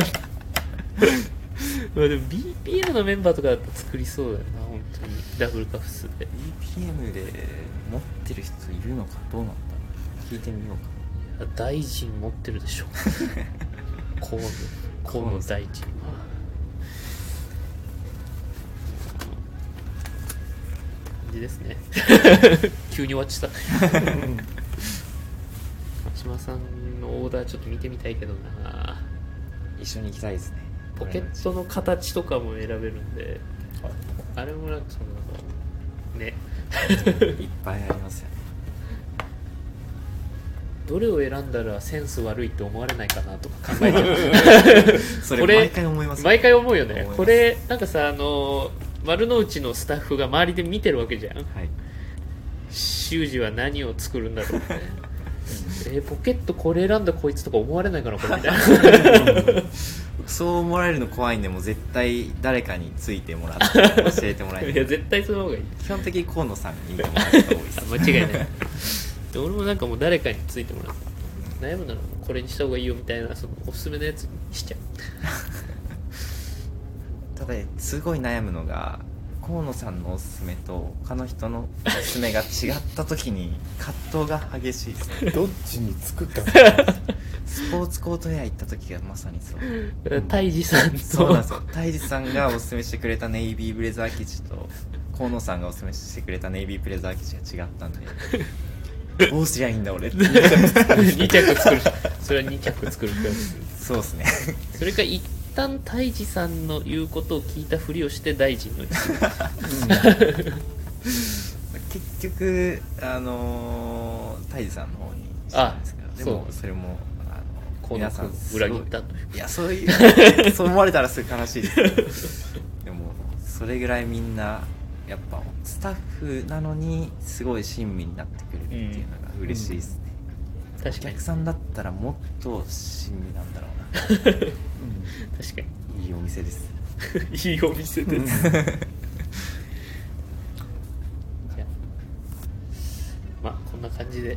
[SPEAKER 1] まあでも ビーピーエム のメンバーとかだったら作りそうだよな本当にダブルカフスで。
[SPEAKER 3] ビーピーエム で持ってる人いるのかどうなんだろう聞いてみようか。
[SPEAKER 1] 大臣持ってるでしょ河野河野大臣はですね急に終わっちゃった川島さんのオーダーちょっと見てみたいけどな。
[SPEAKER 3] 一緒に行きたいですね。
[SPEAKER 1] ポケットの形とかも選べるんであれもなんかそのね
[SPEAKER 3] いっぱいありますよね。
[SPEAKER 1] どれを選んだらセンス悪いって思われないかなとか考えて
[SPEAKER 3] それ毎回思います、ね、
[SPEAKER 1] 毎回思うよね。これなんかさあの丸の内のスタッフが周りで見てるわけじゃん、はい、修二は何を作るんだろうってえー、ポケットこれ選んだこいつとか思われないかなこれみたいな
[SPEAKER 3] そう思われるの怖いんでもう絶対誰かについてもらって教えてもらいたい。
[SPEAKER 1] いや絶対その方がいい。
[SPEAKER 3] 基本的に河野さんにいいと思った方が多いです
[SPEAKER 1] 間違いない俺もなんかもう誰かについてもらって悩むならこれにした方がいいよみたいなそのおすすめのやつにしちゃう
[SPEAKER 3] ただすごい悩むのが河野さんのおすすめと他の人のおすすめが違った時に葛藤が激しいですね。
[SPEAKER 2] どっちにつくか
[SPEAKER 3] スポーツコートウェア行った時がまさにそう
[SPEAKER 1] 泰治さんと
[SPEAKER 3] そうなんですよ。泰治さんがおすすめしてくれたネイビーブレザー生地と河野さんがおすすめしてくれたネイビーブレザー生地が違ったんでどうすりゃいいんだ俺ってに
[SPEAKER 1] 着作るそれはに着作る
[SPEAKER 3] そうですね。
[SPEAKER 1] それか一旦泰治さんの言うことを聞いたふりをして大臣の
[SPEAKER 3] 結局あのー、泰治さんの方にしたんですけどでもそれもあの皆さん
[SPEAKER 1] 裏切ったと
[SPEAKER 3] いやそういうそう思われたらすごい悲しいですでもそれぐらいみんなやっぱスタッフなのにすごい親身になってくれるっていうのが嬉しいですね、うんうん、確かにお客さんだったらもっと親身なんだろうな、うん、確かにいいお店です
[SPEAKER 1] いいお店ですじゃまあこんな感じで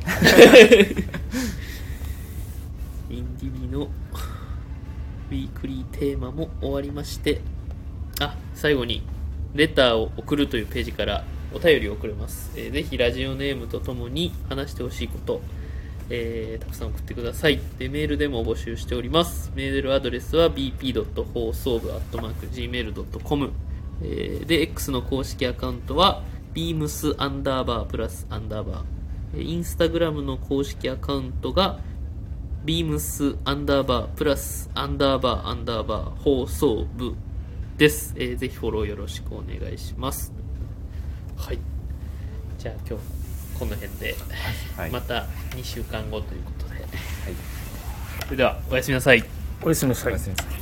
[SPEAKER 1] インディビのウィークリーテーマも終わりまして、あ最後にレターを送るというページからお便りを送れます、えー、ぜひラジオネームとともに話してほしいこと、 えー、たくさん送ってください。でメールでも募集しております。メールアドレスは ビーピー 放送部 アットマーク ジーメール ドットコム、えー、で X の公式アカウントは beams アンダーバープラスアンダーバー、インスタグラムの公式アカウントが beams アンダーバープラスアンダーバーアンダーバー放送部です。えー、ぜひフォローよろしくお願いします。はい、じゃあ今日はこの辺で、はい、またにしゅうかんごということで、はい、それではおやすみなさい。
[SPEAKER 2] おやすみなさい。
[SPEAKER 3] おやすみなさい。